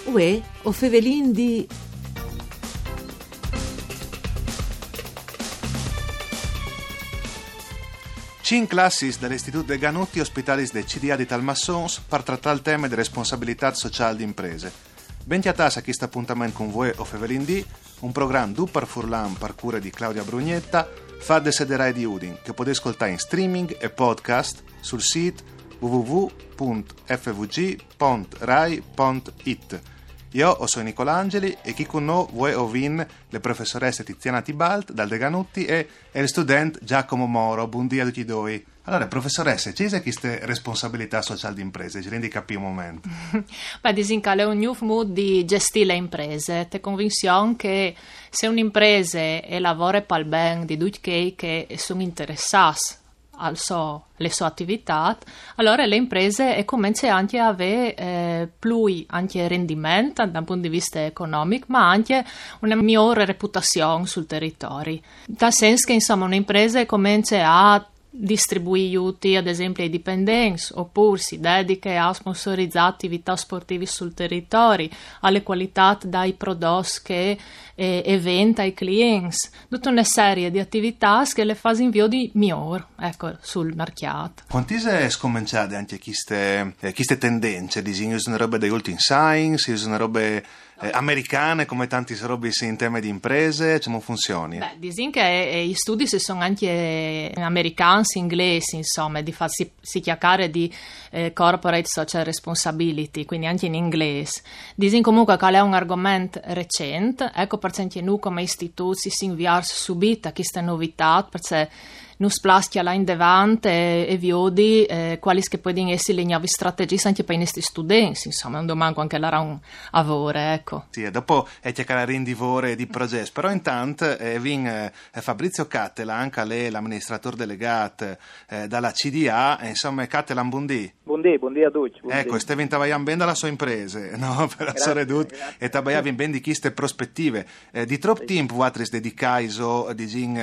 Uè, o fevelin di... Cinc classis dall'Istitut de Ganutti ospitalis de CDA di Talmassons per trattare il tema di responsabilità sociale di imprese. Bentiatas a questo appuntamento con voi o fevelin di, un programma du par Furlan par cura di Claudia Brugnetta, fa de Sederai di Udin, che potete ascoltare in streaming e podcast sul sito www.fvg.rai.it. Io sono Nicola Angeli e chi con noi voi ovin le professoresse Tiziana Tibalt dal De Ganutti e il studente Giacomo Moro. Buongiorno a tutti due. Allora, professoresse, ci sono queste responsabilità sociali di imprese? Ci rendi capire un momento? Beh, disincale un new mood di gestire le imprese. Te convinzione che se un'impresa lavora per il bene di tutti che sono interessati le sue attività, allora le imprese cominciano anche a avere più anche rendimento dal punto di vista economico, ma anche una migliore reputazione sul territorio. Nel senso che insomma un'impresa comincia a distribuire aiuti ad esempio ai dipendenti oppure si dedica a sponsorizzare attività sportive sul territorio, alle qualità dai prodotti che vende ai clienti, tutta una serie di attività che le fa in via di migliore sul mercato. Quanti è scominciate anche queste tendenze? Sono robe degli ultimi science, sono robe americane come tanti robe in tema di imprese, come funzioni? Beh, dicono che gli studi sono anche americani, inglesi, insomma, di farsi si chiacchiare di corporate social responsibility, quindi anche in inglese. Dicono comunque che è un argomento recente, ecco perché noi come istituti si inviarsi subito a queste novità, perché non splastia là in davanti e vedi quali che possono essere le nuove strategie anche per i nostri studenti, insomma, non domani anche là un lavoro, ecco. Sì, e dopo è chiacchierare in divore di progetti, però intanto Fabrizio Cattela, anche lei l'amministratore delegato dalla CDA, insomma, Cattela, buondì. Buondì a tutti. Ecco, Steven Tabayan ben dalla sua impresa, no? Per la sua redut, e Tabayan ben di queste prospettive. Di troppo tempo voi dedicate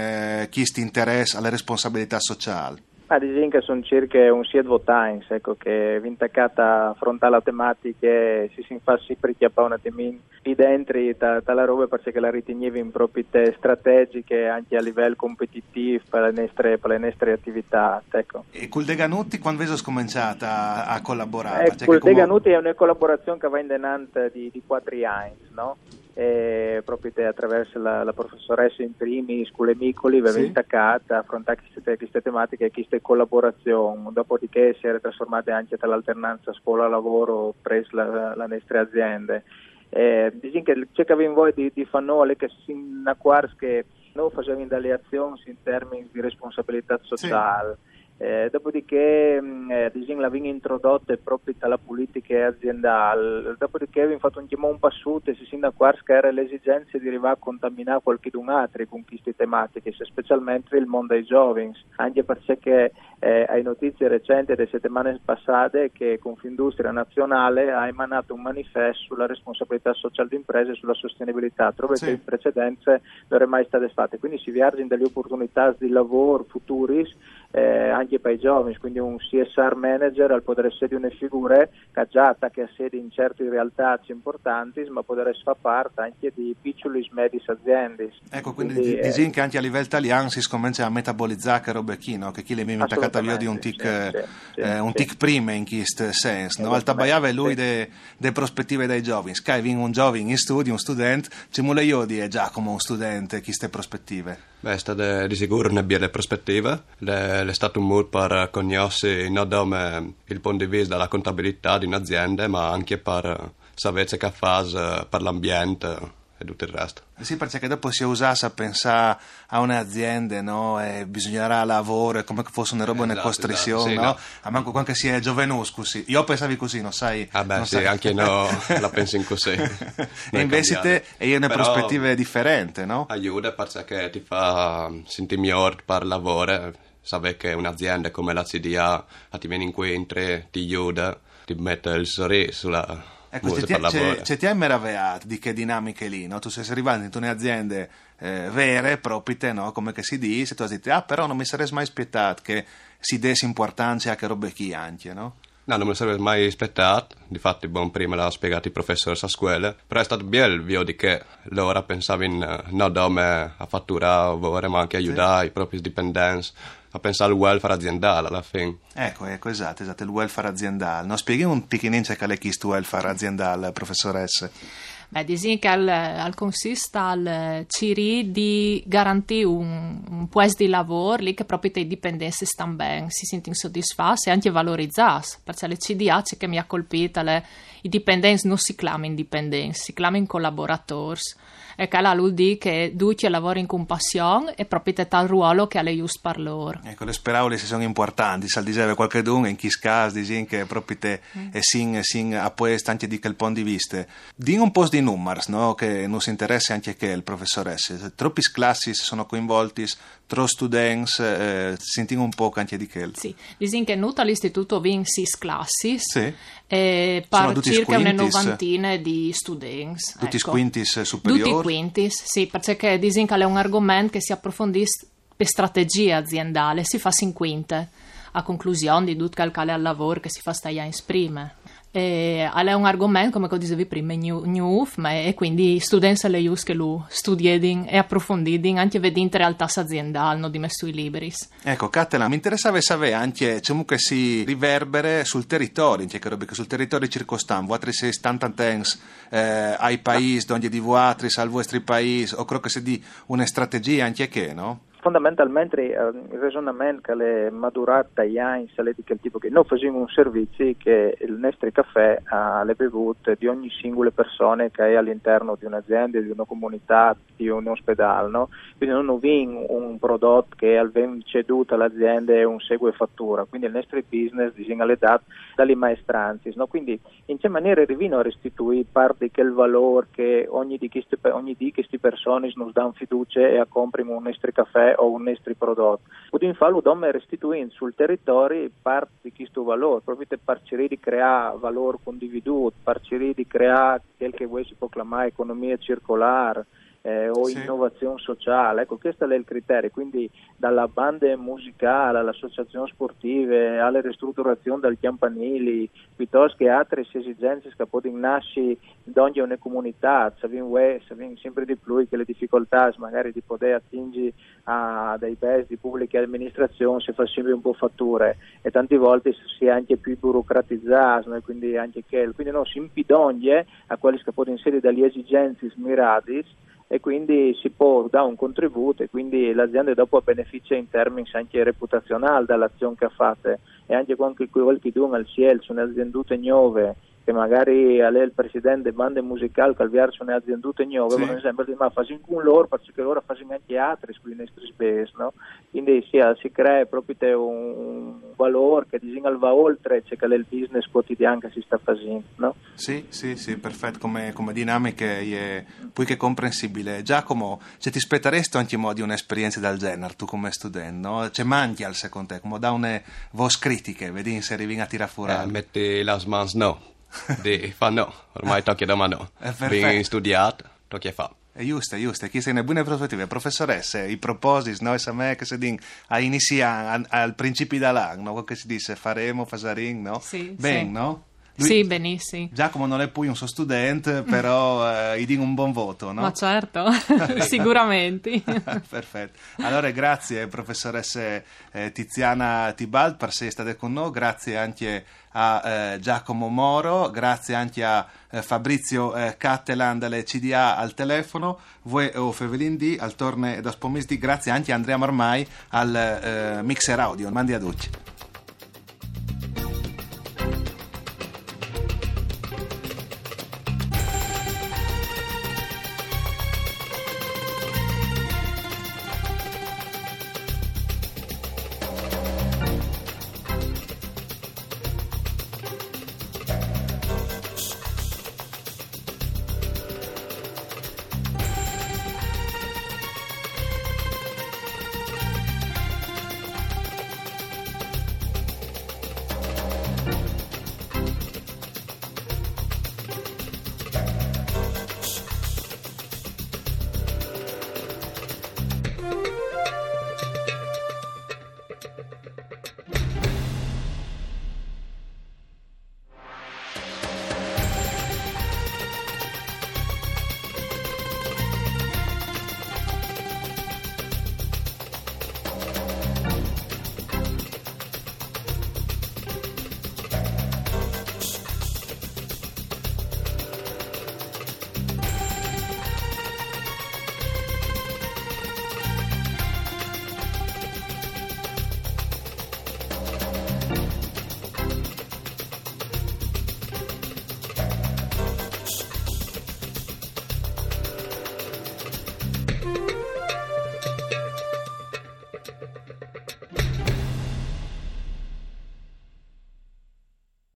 di questo interesse alle responsabilità sociali? Diciamo che sono circa un 7 anni, ecco, che vi intaccata a affrontare la tematica e si fa sempre chiappare un attimino lì dentro dalla roba perché la ritenevi in proprietà strategiche anche a livello competitivo per le nostre attività, ecco. E col De Ganutti quando avete cominciata a collaborare? Col De Ganutti è una collaborazione che va in denante di 4 anni, no? Proprio attraverso la professoressa in primis, con le Micoli, aveva intaccata a affrontare queste tematiche e queste collaborazioni, dopodiché si era trasformata anche dall'alternanza scuola-lavoro presso la nostre aziende. Diciamo che cercavamo voi di fare noi che si acquarsi che noi facevamo delle azioni in termini di responsabilità sociale. Dopodiché l'abbiamo introdotte proprio dalla politica aziendale, dopodiché abbiamo fatto un passato e si da qua che era l'esigenza di arrivare a contaminare qualcun altro con queste tematiche, specialmente il mondo dei giovani, anche perché hai notizie recenti delle settimane passate che Confindustria Nazionale ha emanato un manifesto sulla responsabilità sociale di imprese e sulla sostenibilità, trovo che in precedenza non è mai state fatte, quindi si viaggiano delle opportunità di lavoro futuri anche per i giovani, quindi un CSR manager al poter essere una figura caggiata che ha sede in certe realtà importanti, ma poter fare parte anche di piccoli e medi aziende. Ecco, quindi dici che anche a livello italiano si comincia a metabolizzare che robe chi, no? Che chi le mi attaccata via di un tic prima in questo senso, no? Al tabaiave lui de prospettive dai giovani, Sky vin un giovane in studio, un studente, ci mulle io di è già come un studente queste prospettive. Beh, è stato di sicuro una bella prospettiva, è stato un modo per conoscere non solo il punto di vista della contabilità di un'azienda, ma anche per sapere che fa per l'ambiente e tutto il resto. Sì, perché dopo si usasse a pensare a un'azienda, no? E bisognerà lavoro, come che fosse una roba una costrizione, esatto, no? Sì. A manco quando si è giovanus così. Io pensavi così, non sai? Ah beh, non sì, sai. anche no, la penso in così. E invece te hai una prospettiva differente, no? Aiuta perché ti fa sentire meglio per lavoro, sapere che un'azienda come la CDA ti viene incontro, ti aiuta, ti mette il sorriso sulla... Ecco, ti hai meravigliato di che dinamiche lì, no? Tu sei arrivato in una aziende vere, proprie, no? Come che si dice, tu hai detto, però non mi sarei mai aspettato che si desse importanza a che robe chi anche, no? No, non me lo sarebbe mai aspettato. Difatti, prima l'ha spiegato il professore a scuola. Però è stato bello, di che loro pensavano non come a fatturare, ma anche aiutare i propri dipendenti a pensare al welfare aziendale alla fine. Ecco, esatto, il welfare aziendale. No, spieghiamo un picchinin c'è che è questo welfare aziendale, professoressa. Beh, disin che al consiste al CIRI di garantire un puesto di lavoro lì che proprio i dipendenti stanno bene, si sentono soddisfatti e anche valorizzati, perché le CDA c'è che mi ha colpito, i dipendenti non si chiamano indipendenti, si chiamano collaboratori. E che vuol dire che tutti lavorano in compassione e proprio è tal ruolo che ha le giusto per loro. Ecco, le parole sono importanti, se diceva qualcuno in chi caso dicono che proprio te e sin a questo anche di quel punto di vista. Dì un po' di numeri, no? Che non si interessa anche che il professoresse. Troppi classi sono coinvolti, troppi studenti, sentiamo un po' anche di che. Sì, dicono che nulla all'istituto vi in 6 classi. Sì. E per circa una novantina di studenti. Tutti quintis superiori? Tutti quintis, sì, perché dicono che è un argomento che si approfondisce per strategia aziendale, si fa in quinte, a conclusione di tutto il al lavoro che si fa stare in prime. È un argomento, come dicevi prima, new, e quindi gli studenti le use che lo studiano e approfondiscono anche vedendo realtà aziendali, non di messo i libri. Ecco, Catela, mi interessava sapere anche comunque si riverbere sul territorio, che sul territorio circostante, voi se stanno ai paesi, donde di voi, al vostro paese, o credo che sia di una strategia anche che, no? Fondamentalmente il ragionamento che è maturato dagli anni è di quel tipo che noi facciamo un servizio che il nostro caffè ha le bevute di ogni singola persona che è all'interno di un'azienda, di una comunità, di un ospedale, no? Quindi non abbiamo un prodotto che viene ceduto all'azienda e un segue fattura, quindi il nostro business disegna le date dalle maestranze, no? Quindi in che maniera arrivino a restituire parte di quel valore che ogni di queste persone nos danno fiducia e a comprare un nostro caffè o un nostro prodotto. Possiamo farlo dove restituire sul territorio parte di questo valore, proprio per cercare di creare valore condividuto, per cercare di creare quel che voi si può chiamare economia circolare, o innovazione sociale, ecco questo è il criterio, quindi dalla banda musicale all'associazione sportive alle ristrutturazioni del campanili piuttosto che altre esigenze che possono nascere da ogni una comunità, sappiamo sempre di più che le difficoltà magari di poter attingere a dei beni di pubblica amministrazione si fa sempre un po' fatture e tante volte si è anche più burocratizzato, no? Quindi no, si impidoglie a quelli che possono essere delle esigenze smirate e quindi si può dare un contributo e quindi l'azienda dopo beneficia in termini anche reputazionali dall'azione che ha fatto e anche qualche al cielo sono aziende nuove che magari a lei il presidente bande musicali calviare sono aziende nuove, per esempio, ma fanno con loro perché loro fanno anche altri sui nostri space, no? Quindi si crea proprio un valore che va oltre c'è che è il business quotidiano che si sta facendo, no? Sì, perfetto, come dinamiche è poi che comprensibile. Giacomo, se ti aspetteresti anche di un'esperienza del genere, tu come studente, no? C'è manchi al secondo te, come da une vos critiche, vedi se arrivi a tirare fuori. Metti las mans no. Fa no, ormai tocca da mano. Ben studiato, tocca fa. È giusto, chi se ne buone prospettive. Professoresse, i propositi, no? E me che si dicono a iniziare al principio dell'anno, no? Che si dice faremo, no? Sì, ben, sì. no? Sì, benissimo. Giacomo non è poi un suo studente, però gli dico un buon voto, no? Ma certo, sicuramente. Perfetto. Allora grazie professoressa Tiziana Tibalt per essere state con noi, grazie anche a Giacomo Moro, grazie anche a Fabrizio Cattelan delle CDA al telefono, voi o Fevelin D al torne da Spomisdi, grazie anche a Andrea Marmai al mixer audio. Mandi a tutti.